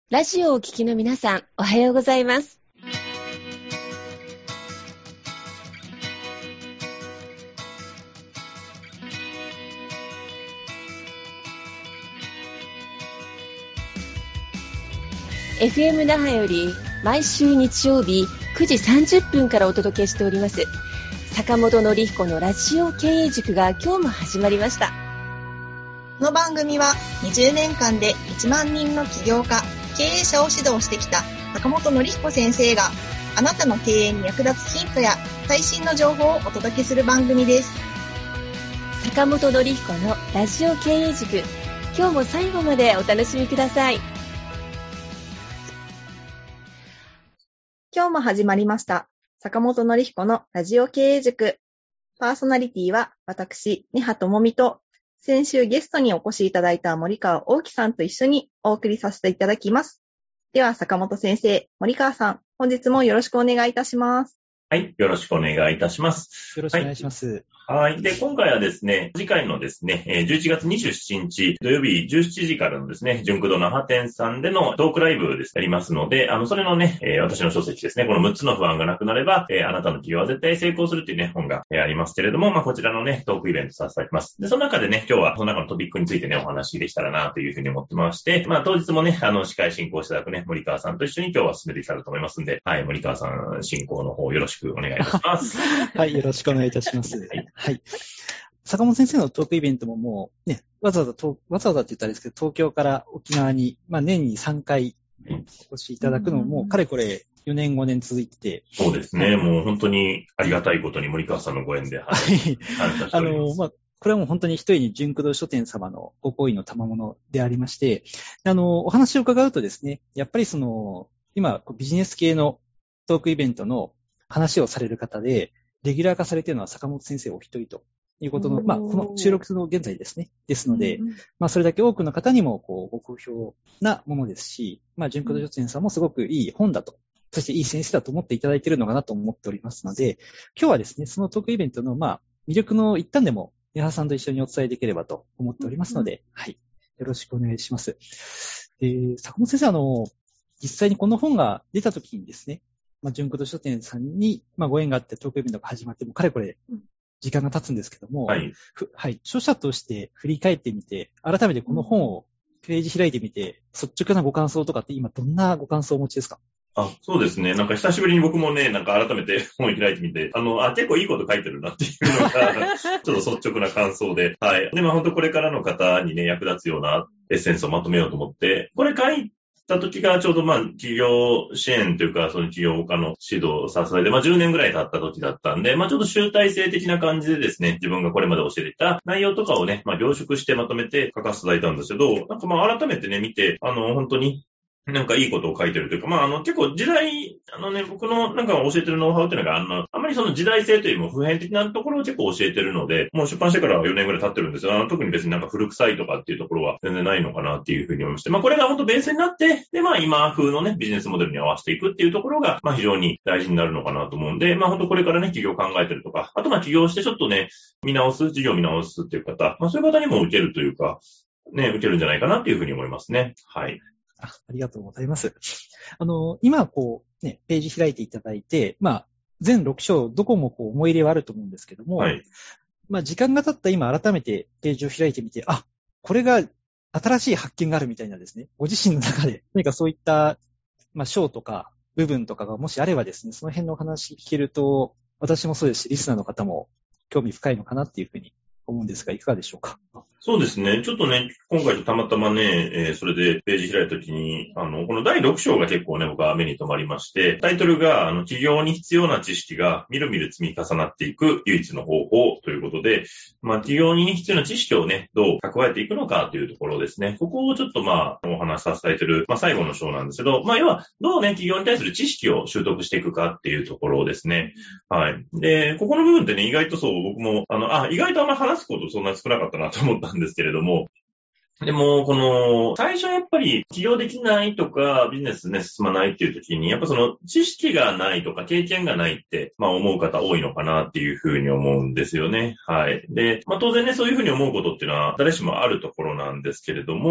ラジオをお聞きの皆さん、おはようございます。FM 那覇より毎週日曜日9時30分からお届けしております坂本典彦のラジオ経営塾が今日も始まりました。 この番組は20年間で1万人の起業家、経営者を指導してきた坂本典彦先生があなたの経営に役立つヒントや最新の情報をお届けする番組です。 坂本典彦のラジオ経営塾、今日も最後までお楽しみください。 今日も始まりました坂本典彦のラジオ経営塾。パーソナリティは私、根葉智美と先週ゲストにお越しいただいた森川大樹さんと一緒にお送りさせていただきます。では坂本先生、森川さん、本日もよろしくお願いいたします。 はい、よろしくお願いいたします。 よろしくお願いします。 はい。で、今回はですね、次回のですね、11月27日土曜日17時からのですね、純駆動那覇店さんでのトークライブですやりますので、それのね、私の書籍ですね、この6つの不安がなくなれば、あなたの企業は絶対成功するっていうね、本が、ありますけれども、こちらのね、トークイベントさせていただきます。で、その中でね、今日はその中のトピックについてね、お話できたらなというふうに思ってまして、当日もね、司会進行していただくね、森川さんと一緒に今日は進めていきたいと思いますんで、はい、森川さん進行の方よろしくお願いいたします。 はい、よろしくお願いいたします。はい。坂本先生のトークイベントももうね、わざわざって言ったらあれですけど、東京から沖縄に、年に3回お越しいただくのも、もうかれこれ4年5年続いてて。 そうですね。もう本当にありがたいことに森川さんのご縁で。はい。 これはもう本当に一人に純駆動書店様のご厚意の賜物でありまして、お話を伺うとですね、やっぱり今、ビジネス系のトークイベントの話をされる方で、レギュラー化されているのは坂本先生お一人ということの、この収録の現在ですね。ですので、それだけ多くの方にも、ご好評なものですし、純駆動書店さんもすごくいい本だと、そしていい先生だと思っていただいているのかなと思っておりますので、今日はですね、そのトークイベントの、魅力の一端でも、矢原さんと一緒にお伝えできればと思っておりますので、はい。よろしくお願いします。坂本先生、実際にこの本が出た時にですね、純駆動書店さんに、ご縁があってトークイベントが始まっても、かれこれ、時間が経つんですけども、 はい。 はい。著者として振り返ってみて、改めてこの本をページ開いてみて、率直なご感想とかって今どんなご感想をお持ちですか？ そうですね。久しぶりに僕もね、改めて本を開いてみて、結構いいこと書いてるなっていうのが、ちょっと率直な感想で、はい。で、本当これからの方にね、役立つようなエッセンスをまとめようと思って、これ書いた時がちょうど企業支援というか、その起業家の指導をさせて、10年ぐらい経った時だったんで、ちょっと集大成的な感じでですね、自分がこれまで教えてきた内容とかをね、凝縮してまとめて書かせていただいたんですけど、改めてね、見て、本当に、いいことを書いてるというか、結構時代、僕の教えてるノウハウっていうのが、あんまりその時代性というよりも普遍的なところを結構教えてるので、もう出版してから4年ぐらい経ってるんですよ。特に別に古臭いとかっていうところは全然ないのかなっていうふうに思いまして、これが本当ベースになって、で、今風のね、ビジネスモデルに合わせていくっていうところが、非常に大事になるのかなと思うんで、本当これからね、企業を考えてるとか、あと起業してちょっとね、事業を見直すっていう方、そういう方にも受けるというか、ね、受けるんじゃないかなっていうふうに思いますね。はい。 ありがとうございます。今ページ開いていただいて、全6章、どこも思い入れはあると思うんですけども、 はい。 時間が経った今改めてページを開いてみて、これが新しい発見があるみたいなですね、ご自身の中で何かそういった、章とか部分とかがもしあればですね、その辺のお話聞けると、私もそうですし、リスナーの方も興味深いのかなっていうふうに思うんですが、いかがでしょうか？ そうですね。ちょっとね、今回たまたまね、それでページ開いたときに、この第6章が結構ね、僕は目に留まりまして、タイトルが、企業に必要な知識がみるみる積み重なっていく唯一の方法ということで、企業に必要な知識をね、どう蓄えていくのかというところですね。ここをちょっとお話しさせていただいている、最後の章なんですけど、要は、どうね、企業に対する知識を習得していくかっていうところですね。はい。で、ここの部分ってね、意外と僕も、意外と話すことそんな少なかったなと思ったんですけれども、でも、最初やっぱり起業できないとか、ビジネスね、進まないっていう時に、やっぱその知識がないとか経験がないって、思う方多いのかなっていうふうに思うんですよね。はい。で、当然ね、そういうふうに思うことっていうのは誰しもあるところなんですけれども、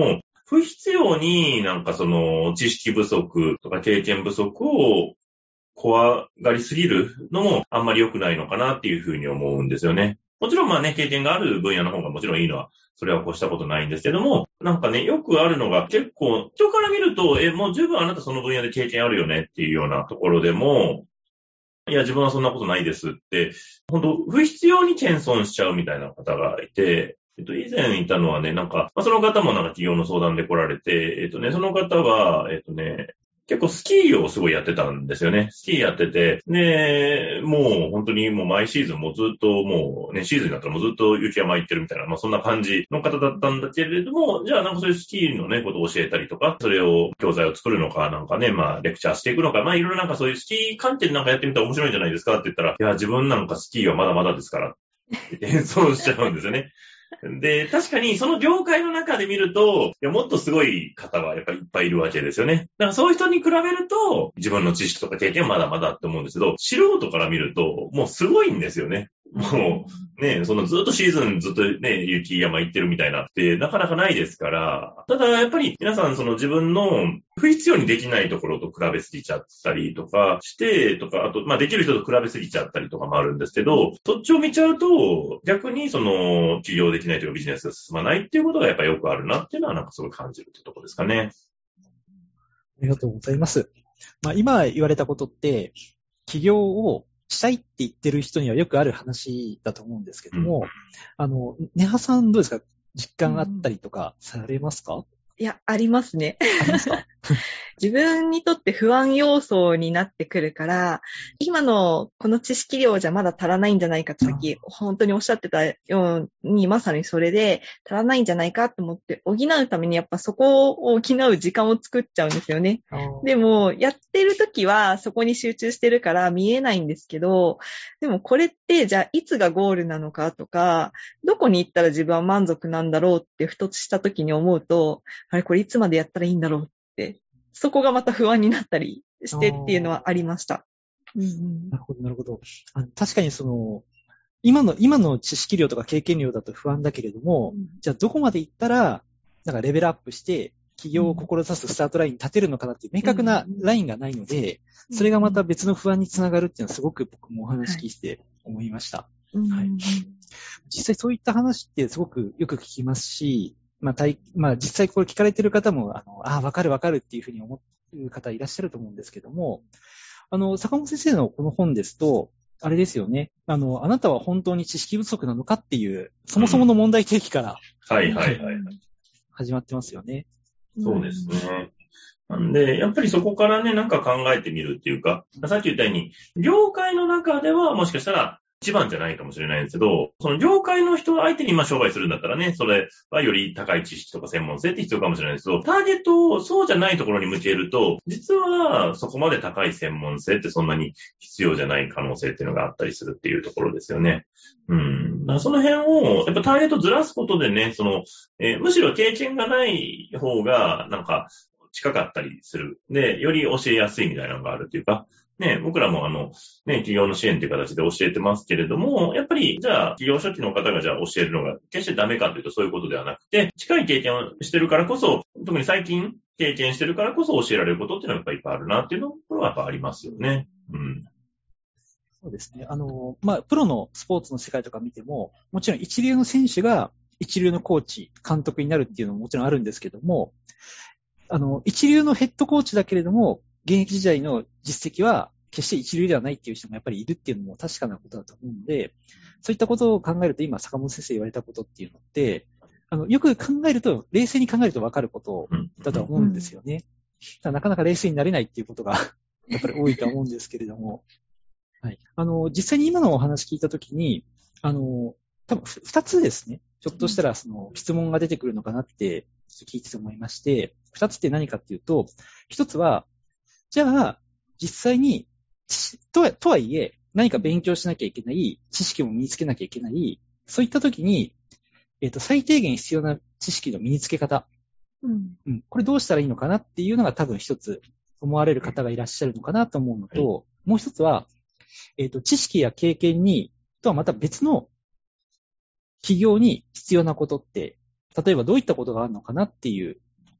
不必要になんかその知識不足とか経験不足を怖がりすぎるのもあんまり良くないのかなっていうふうに思うんですよね。もちろんまあね、経験がある分野の方がもちろんいいのは、それは越したことないんですけども、なんかね、よくあるのが結構、人から見ると、もう十分あなたその分野で経験あるよねっていうようなところでも、いや、自分はそんなことないですって、本当不必要に謙遜しちゃうみたいな方がいて、以前いたのはね、なんか、その方もなんか企業の相談で来られて、その方は、結構スキーをすごいやってたんですよね。スキーやってて、で、もう本当にもう毎シーズンもずっともうね、シーズンになったらもうずっと雪山行ってるみたいな、そんな感じの方だったんだけれども、じゃあなんかそういうスキーのね、ことを教えたりとか、それを教材を作るのかなんかね、レクチャーしていくのか、いろいろなんかそういうスキー関係でなんかやってみたら面白いんじゃないですかって言ったら、いや、自分なんかスキーはまだまだですから、ってそうしちゃうんですよね。で、確かにその業界の中で見ると、いや、もっとすごい方はやっぱりいっぱいいるわけですよね。だからそういう人に比べると、自分の知識とか経験はまだまだって思うんですけど、素人から見ると、もうすごいんですよね。もう、ね、そのずっとシーズンずっとね、雪山行ってるみたいなってなかなかないですから、ただやっぱり皆さんその自分の不必要にできないところと比べすぎちゃったりとかして、とか、あと、できる人と比べすぎちゃったりとかもあるんですけど、そっちを見ちゃうと、逆にその、起業できないというかビジネスが進まないっていうことがやっぱりよくあるなっていうのはなんかすごい感じるっていうところですかね。 ありがとうございます。今言われたことって、起業をしたいって言ってる人にはよくある話だと思うんですけども、ネハさんどうですか？実感あったりとかされますか？ いや、ありますね。 ありますか？ 自分にとって不安要素になってくるから、今のこの知識量じゃまだ足らないんじゃないかってさっき本当におっしゃってたように、まさにそれで足らないんじゃないかと思って補うためにやっぱそこを補う時間を作っちゃうんですよね。でもやってる時はそこに集中してるから見えないんですけど、でもこれってじゃあいつがゴールなのかとか、どこに行ったら自分は満足なんだろうってふとした時に思うと、あれこれいつまでやったらいいんだろうって、そこがまた不安になったりしてっていうのはありました。 なるほど、なるほど。確かに今の知識量とか経験量だと不安だけれども、じゃあどこまで行ったら、なんかレベルアップして、起業を志すスタートラインに立てるのかなっていう明確なラインがないので、それがまた別の不安につながるっていうのはすごく僕もお話聞いて思いました。はい。実際そういった話ってすごくよく聞きますし、実際これ聞かれてる方も、わかるわかるっていうふうに思う方いらっしゃると思うんですけども、坂本先生のこの本ですと、あれですよね。あなたは本当に知識不足なのかっていう、そもそもの問題提起から、 はいはいはい。 始まってますよね。 そうですね。なんで、やっぱりそこからね、なんか考えてみるっていうか、さっき言ったように、業界の中ではもしかしたら一番じゃないかもしれないんですけど、その業界の人相手に商売するんだったらね、それはより高い知識とか専門性って必要かもしれないですけど、ターゲットをそうじゃないところに向けると、実はそこまで高い専門性ってそんなに必要じゃない可能性っていうのがあったりするっていうところですよね。だからその辺を、やっぱターゲットずらすことでね、むしろ経験がない方が、なんか、近かったりする。で、より教えやすいみたいなのがあるっていうか、ね、僕らも企業の支援という形で教えてますけれども、やっぱり、じゃあ、企業初期の方がじゃあ教えるのが決してダメかというとそういうことではなくて、近い経験をしてるからこそ、特に最近経験してるからこそ教えられることっていうのはやっぱりいっぱいあるなっていうのはやっぱありますよね。 そうですね。プロのスポーツの世界とか見ても、もちろん一流の選手が一流のコーチ、監督になるっていうのももちろんあるんですけども、一流のヘッドコーチだけれども、現役時代の実績は決して一流ではないっていう人もやっぱりいるっていうのも確かなことだと思うので、そういったことを考えると今坂本先生言われたことっていうのって、よく考えると、冷静に考えると分かることだとは思うんですよね。ただなかなか冷静になれないっていうことがやっぱり多いとは思うんですけれども、はい。実際に今のお話聞いたときに、多分二つですね。ひょっとしたら質問が出てくるのかなって聞いてて思いまして、二つって何かっていうと、一つは、じゃあ、実際に、とはいえ、何か勉強しなきゃいけない、知識も身につけなきゃいけない、そういったときに、最低限必要な知識の身につけ方。これどうしたらいいのかなっていうのが多分一つ思われる方がいらっしゃるのかなと思うのと、もう一つは、知識や経験とはまた別の企業に必要なことって、例えばどういったことがあるのかなっていう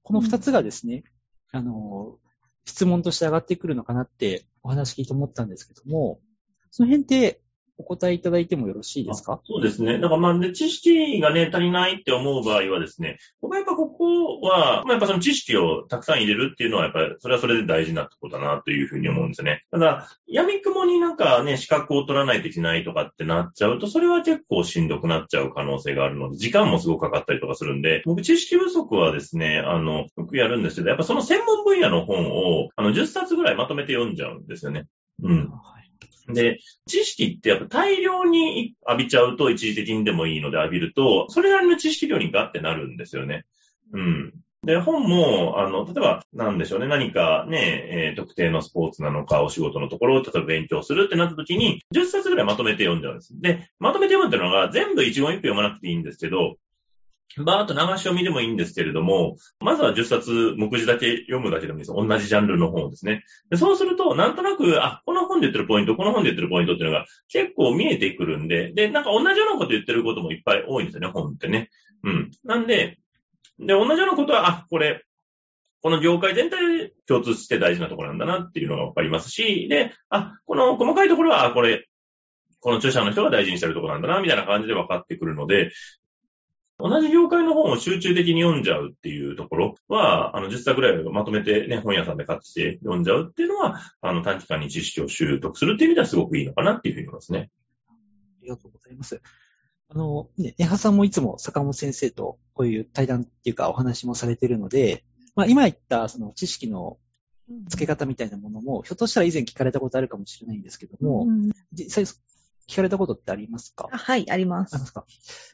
この2つがですね、質問として上がってくるのかなってお話聞いて思ったんですけども、その辺ってお答えいただいてもよろしいですか？ そうですね。だからで、知識がね、足りないって思う場合はですね、僕はやっぱここは、やっぱその知識をたくさん入れるっていうのは、やっぱりそれはそれで大事なところだなというふうに思うんですね。ただ、闇雲になんかね、資格を取らないといけないとかってなっちゃうと、それは結構しんどくなっちゃう可能性があるので、時間もすごくかかったりとかするんで、僕知識不足はですね、よくやるんですけど、やっぱその専門分野の本を、10冊ぐらいまとめて読んじゃうんですよね。うん。で、知識ってやっぱ大量に浴びちゃうと一時的にでもいいので浴びると、それなりの知識量にガッてなるんですよね。うん。で、本も、例えば、なんでしょうね、何かね、特定のスポーツなのか、お仕事のところを例えば勉強するってなった時に、10冊ぐらいまとめて読んじゃうんです。で、まとめて読むっていうのが全部一言一句読まなくていいんですけど、バーっと流し読みでもいいんですけれども、まずは10冊目次だけ読むだけでもいいです。同じジャンルの本をですね。でそうすると、なんとなく、この本で言ってるポイント、この本で言ってるポイントっていうのが結構見えてくるんで、で、なんか同じようなこと言ってることもいっぱい多いんですよね、本ってね。うん。なんで、同じようなことは、この業界全体で共通して大事なところなんだなっていうのがわかりますし、で、この細かいところは、この著者の人が大事にしてるところなんだな、みたいな感じで分かってくるので、同じ業界の本を集中的に読んじゃうっていうところは、10冊ぐらいまとめてね、本屋さんで買って読んじゃうっていうのは、短期間に知識を習得するっていう意味ではすごくいいのかなっていうふうに思いますね。 ありがとうございます。ネハさんもいつも坂本先生とこういう対談っていうかお話もされているので、今言ったその知識の付け方みたいなものも、ひょっとしたら以前聞かれたことあるかもしれないんですけども、実際聞かれたことってありますか？ はい、あります。 ありますか？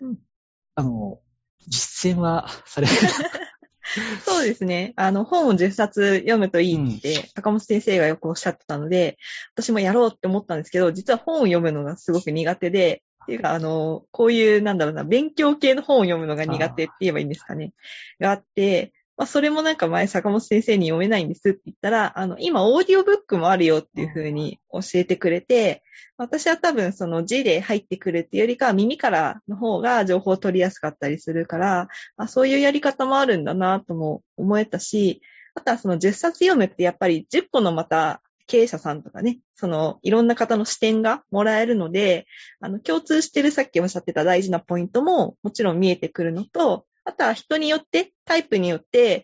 実践はされるそうですね。本を10冊読むといいって、坂本先生がよくおっしゃってたので、私もやろうって思ったんですけど、実は本を読むのがすごく苦手で、っていうか、こういう、勉強系の本を読むのが苦手って言えばいいんですかね。があって、それもなんか前坂本先生に読めないんですって言ったら、今オーディオブックもあるよっていう風に教えてくれて、私は多分その字で入ってくるっていうよりかは耳からの方が情報を取りやすかったりするから、そういうやり方もあるんだなとも思えたし、あとはその10冊読むってやっぱり10個のまた経営者さんとかね、いろんな方の視点がもらえるので、共通してるさっきおっしゃってた大事なポイントももちろん見えてくるのと、あとは人によって、タイプによって、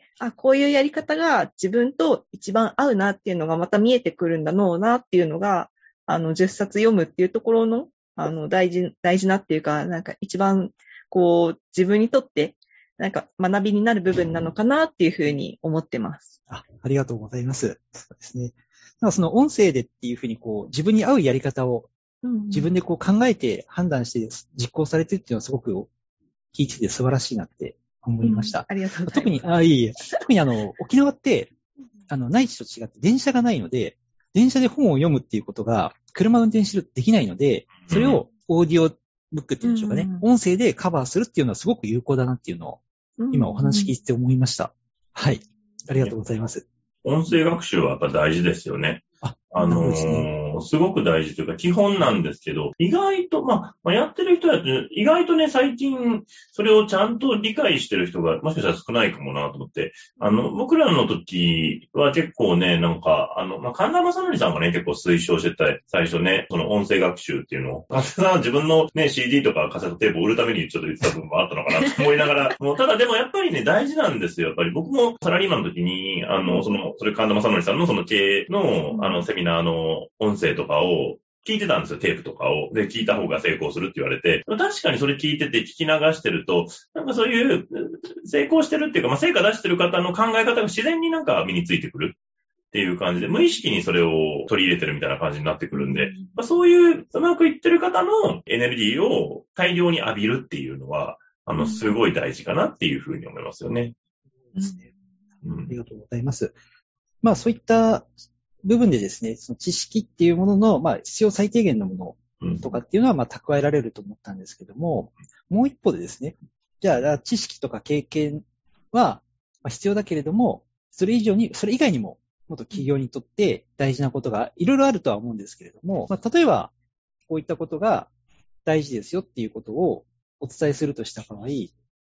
こういうやり方が自分と一番合うなっていうのがまた見えてくるんだろうなっていうのが、10冊読むっていうところの、大事なっていうか、なんか一番、自分にとって、なんか学びになる部分なのかなっていうふうに思ってます。 ありがとうございます。そうですね。その音声でっていうふうに自分に合うやり方を自分で考えて判断して実行されてるっていうのはすごく聞いてて素晴らしいなって思いました。 ありがとうございます。 特に沖縄って、内地と違って電車がないので、電車で本を読むっていうことが、車を運転してるとできないので、それをオーディオブックっていうんでしょうかね、音声でカバーするっていうのはすごく有効だなっていうのを、今お話聞いて思いました。はい。ありがとうございます。 音声学習はやっぱ大事ですよね。すごく大事というか基本なんですけど、意外と、やってる人だと、意外とね、最近、それをちゃんと理解してる人が、もしかしたら少ないかもなと思って、僕らの時は結構ね、神田正則さんがね、結構推奨してた、最初ね、その音声学習っていうのを、自分のね、CD とかカセットテープを売るためにちょっと言ってた部分もあったのかなと思いながら、ただでもやっぱりね、大事なんですよ。やっぱり僕もサラリーマンの時に、それ神田正則さんのその経営の、セミナーの音声とかを聞いてたんですよ、テープとかを。で、聞いた方が成功するって言われて。確かにそれ聞いてて聞き流してると、なんかそういう成功してるっていうか、成果出してる方の考え方が自然になんか身についてくるっていう感じで、無意識にそれを取り入れてるみたいな感じになってくるんで、そういううまくいってる方のエネルギーを大量に浴びるっていうのは、すごい大事かなっていうふうに思いますよね。 ありがとうございます。そういった部分でですね、その知識っていうものの、必要最低限のものとかっていうのは、蓄えられると思ったんですけども、もう一方でですね、じゃあ、知識とか経験は必要だけれども、それ以外にも、もっと企業にとって大事なことがいろいろあるとは思うんですけれども、例えば、こういったことが大事ですよっていうことをお伝えするとした場合、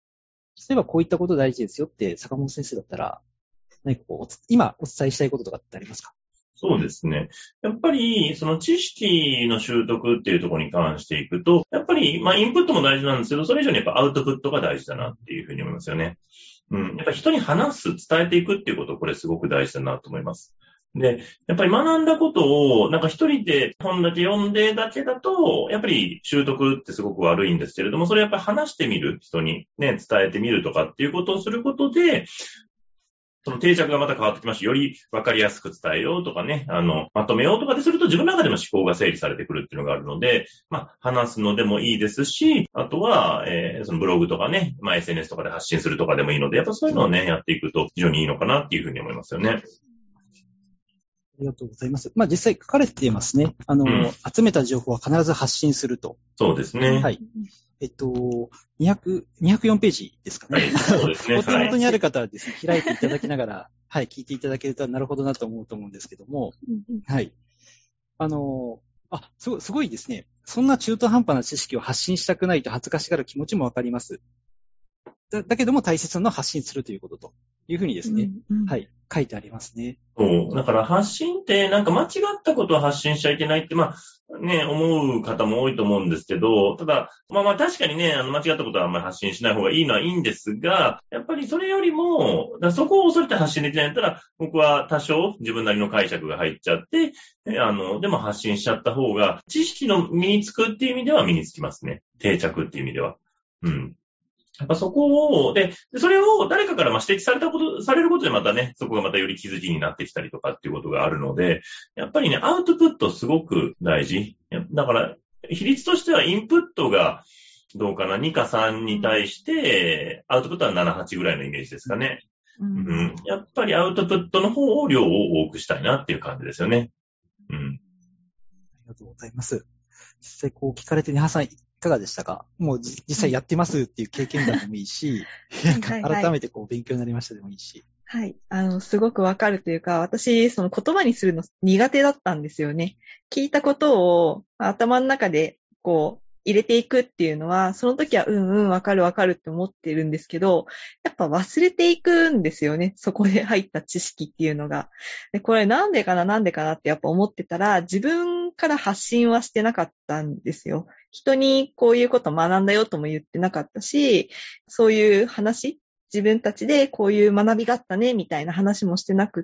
例えばこういったこと大事ですよって坂本先生だったら、何か今お伝えしたいこととかってありますか？ そうですね。やっぱり、その知識の習得っていうところに関していくと、やっぱり、インプットも大事なんですけど、それ以上にやっぱアウトプットが大事だなっていうふうに思いますよね。やっぱり人に話す、伝えていくっていうこと、これすごく大事だなと思います。で、やっぱり学んだことを、一人で本だけ読んでだけだと、やっぱり習得ってすごく悪いんですけれども、それやっぱり話してみる、人にね、伝えてみるとかっていうことをすることで、その定着がまた変わってきまして、より分かりやすく伝えようとかね、まとめようとかですると自分の中でも思考が整理されてくるっていうのがあるので、話すのでもいいですし、あとは、そのブログとかね、SNS とかで発信するとかでもいいので、やっぱそういうのをね、やっていくと非常にいいのかなっていうふうに思いますよね。 ありがとうございます。実際書かれていますね。集めた情報は必ず発信すると。 そうですね。 はい。204ページですかね。 そうですね。 お手元にある方はですね、開いていただきながら、はい、聞いていただけるとなるほどなと思うと思うんですけども、はい。すごいですね。そんな中途半端な知識を発信したくないと恥ずかしがる気持ちもわかります。だけども大切なのは発信するということというふうにですね、はい、書いてありますね。 そう。だから発信って間違ったことは発信しちゃいけないって、思う方も多いと思うんですけど、ただ、確かにね、間違ったことはあんまり発信しない方がいいのはいいんですが、やっぱりそれよりも、そこを恐れて発信できないんだったら、僕は多少自分なりの解釈が入っちゃって、でも発信しちゃった方が、知識の身につくっていう意味では身につきますね。定着っていう意味では。やっぱそこを、それを誰かから指摘されることでまたね、そこがまたより気づきになってきたりとかっていうことがあるので、やっぱりね、アウトプットすごく大事。だから、比率としてはインプットがどうかな、2か3に対して、アウトプットは7、8ぐらいのイメージですかね。やっぱりアウトプットの方を量を多くしたいなっていう感じですよね。 ありがとうございます。実際聞かれて、ネハさんいかがでしたか？もう実際やってますっていう経験談でもいいし、改めて勉強になりましたでもいいし。 はい。すごくわかるというか、私、その言葉にするの苦手だったんですよね。聞いたことを頭の中で入れていくっていうのは、その時はわかるって思ってるんですけど、やっぱ忘れていくんですよね。そこで入った知識っていうのが。で、これなんでかなってやっぱ思ってたら、自分から発信はしてなかったんですよ。人にこういうこと学んだよとも言ってなかったし、そういう話、自分たちでこういう学びがあったねみたいな話もしてなくって、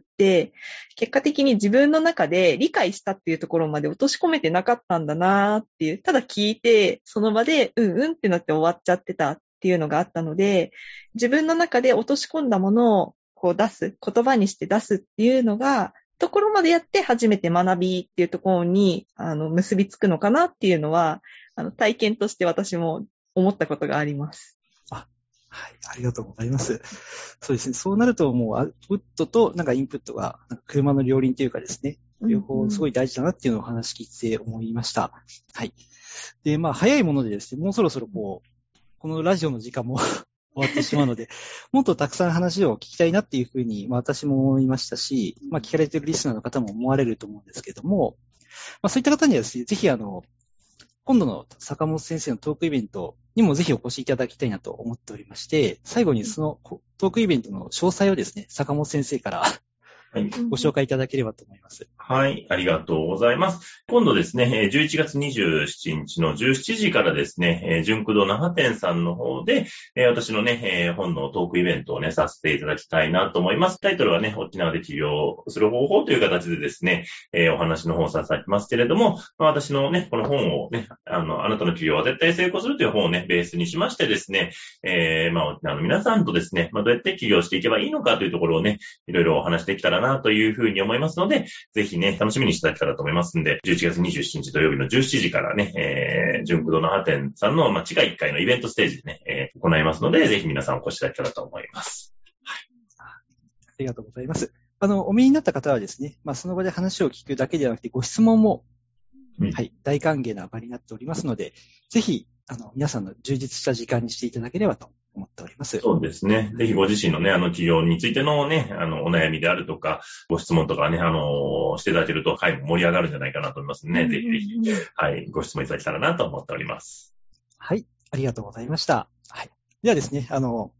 結果的に自分の中で理解したっていうところまで落とし込めてなかったんだなーっていう、ただ聞いてその場でってなって終わっちゃってたっていうのがあったので、自分の中で落とし込んだものを出す、言葉にして出すっていうのがところまでやって初めて学びっていうところに結びつくのかなっていうのは体験として私も思ったことがあります。 はい、ありがとうございます。そうですね。そうなるともうアウトプットとインプットが車の両輪というかですね、両方すごい大事だなっていうのをお話聞いて思いました。はい。で、早いものでですね、もうそろそろこのラジオの時間も終わってしまうので、もっとたくさん話を聞きたいなっていうふうに、私も思いましたし、聞かれているリスナーの方も思われると思うんですけども、そういった方にはですね、ぜひ今度の坂本先生のトークイベントにもぜひお越しいただきたいなと思っておりまして、最後にそのトークイベントの詳細をですね、坂本先生からご紹介いただければと思います。 はい、ありがとうございます。今度ですね、11月27日の17時からですね、純駆動那覇店さんの方で、私のね、本のトークイベントをね、させていただきたいなと思います。タイトルはね、沖縄で起業する方法という形でですね、お話の方をさせていただきますけれども、私のね、この本をね、あなたの起業は絶対成功するという本をね、ベースにしましてですね、沖縄の皆さんとですね、どうやって起業していけばいいのかというところをね、いろいろお話できたらなというふうに思いますので、ぜひね、楽しみにしていただけたらと思いますんで、11月27日土曜日の17時からね、純駆動那覇店さんの、地下1階のイベントステージでね、行いますので、ぜひ皆さんお越しいただけたらと思います。はい。 ありがとうございます。お見えになった方はですね、その場で話を聞くだけではなくて、ご質問も、はい、大歓迎な場になっておりますので、ぜひ、皆さんの充実した時間にしていただければと思っております。 そうですね。ぜひご自身のね、企業についてのね、お悩みであるとか、ご質問とかね、していただけると、会も盛り上がるんじゃないかなと思いますね。ぜひぜひ、はい、ご質問いただけたらなと思っております。 はい、ありがとうございました。はい。ではですね、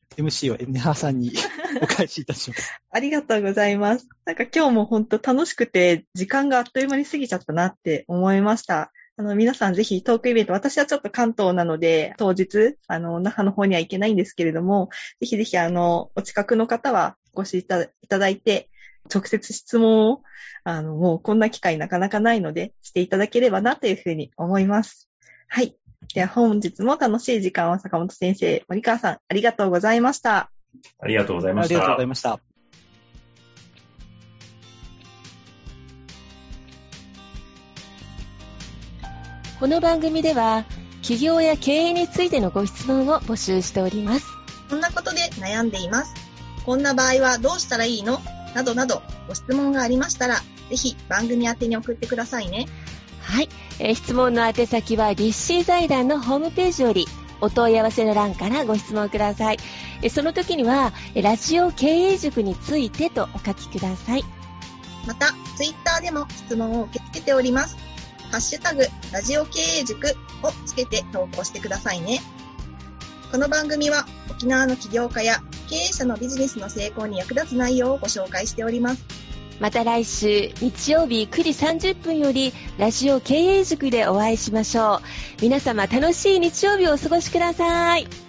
MC を根葉さんにお返しいたします。 ありがとうございます。なんか今日も本当楽しくて、時間があっという間に過ぎちゃったなって思いました。皆さんぜひトークイベント、私はちょっと関東なので、当日、那覇の方には行けないんですけれども、ぜひぜひお近くの方はお越しいただいて、直接質問を、もうこんな機会なかなかないので、していただければなというふうに思います。はい。では本日も楽しい時間を坂本先生、森川さん、ありがとうございました。 ありがとうございました。 ありがとうございました。 この番組では起業や経営についてのご質問を募集しております。 こんなことで悩んでいます。こんな場合はどうしたらいいの？などなどご質問がありましたら、ぜひ番組宛てに送ってくださいね。 はい、質問の宛先は立志財団のホームページよりお問い合わせの欄からご質問ください。その時にはラジオ経営塾についてとお書きください。 またツイッターでも質問を受け付けております。ハッシュタグラジオ経営塾をつけて投稿してくださいね。この番組は沖縄の起業家や経営者のビジネスの成功に役立つ内容をご紹介しております。 また来週日曜日9時30分よりラジオ経営塾でお会いしましょう。皆様楽しい日曜日をお過ごしください。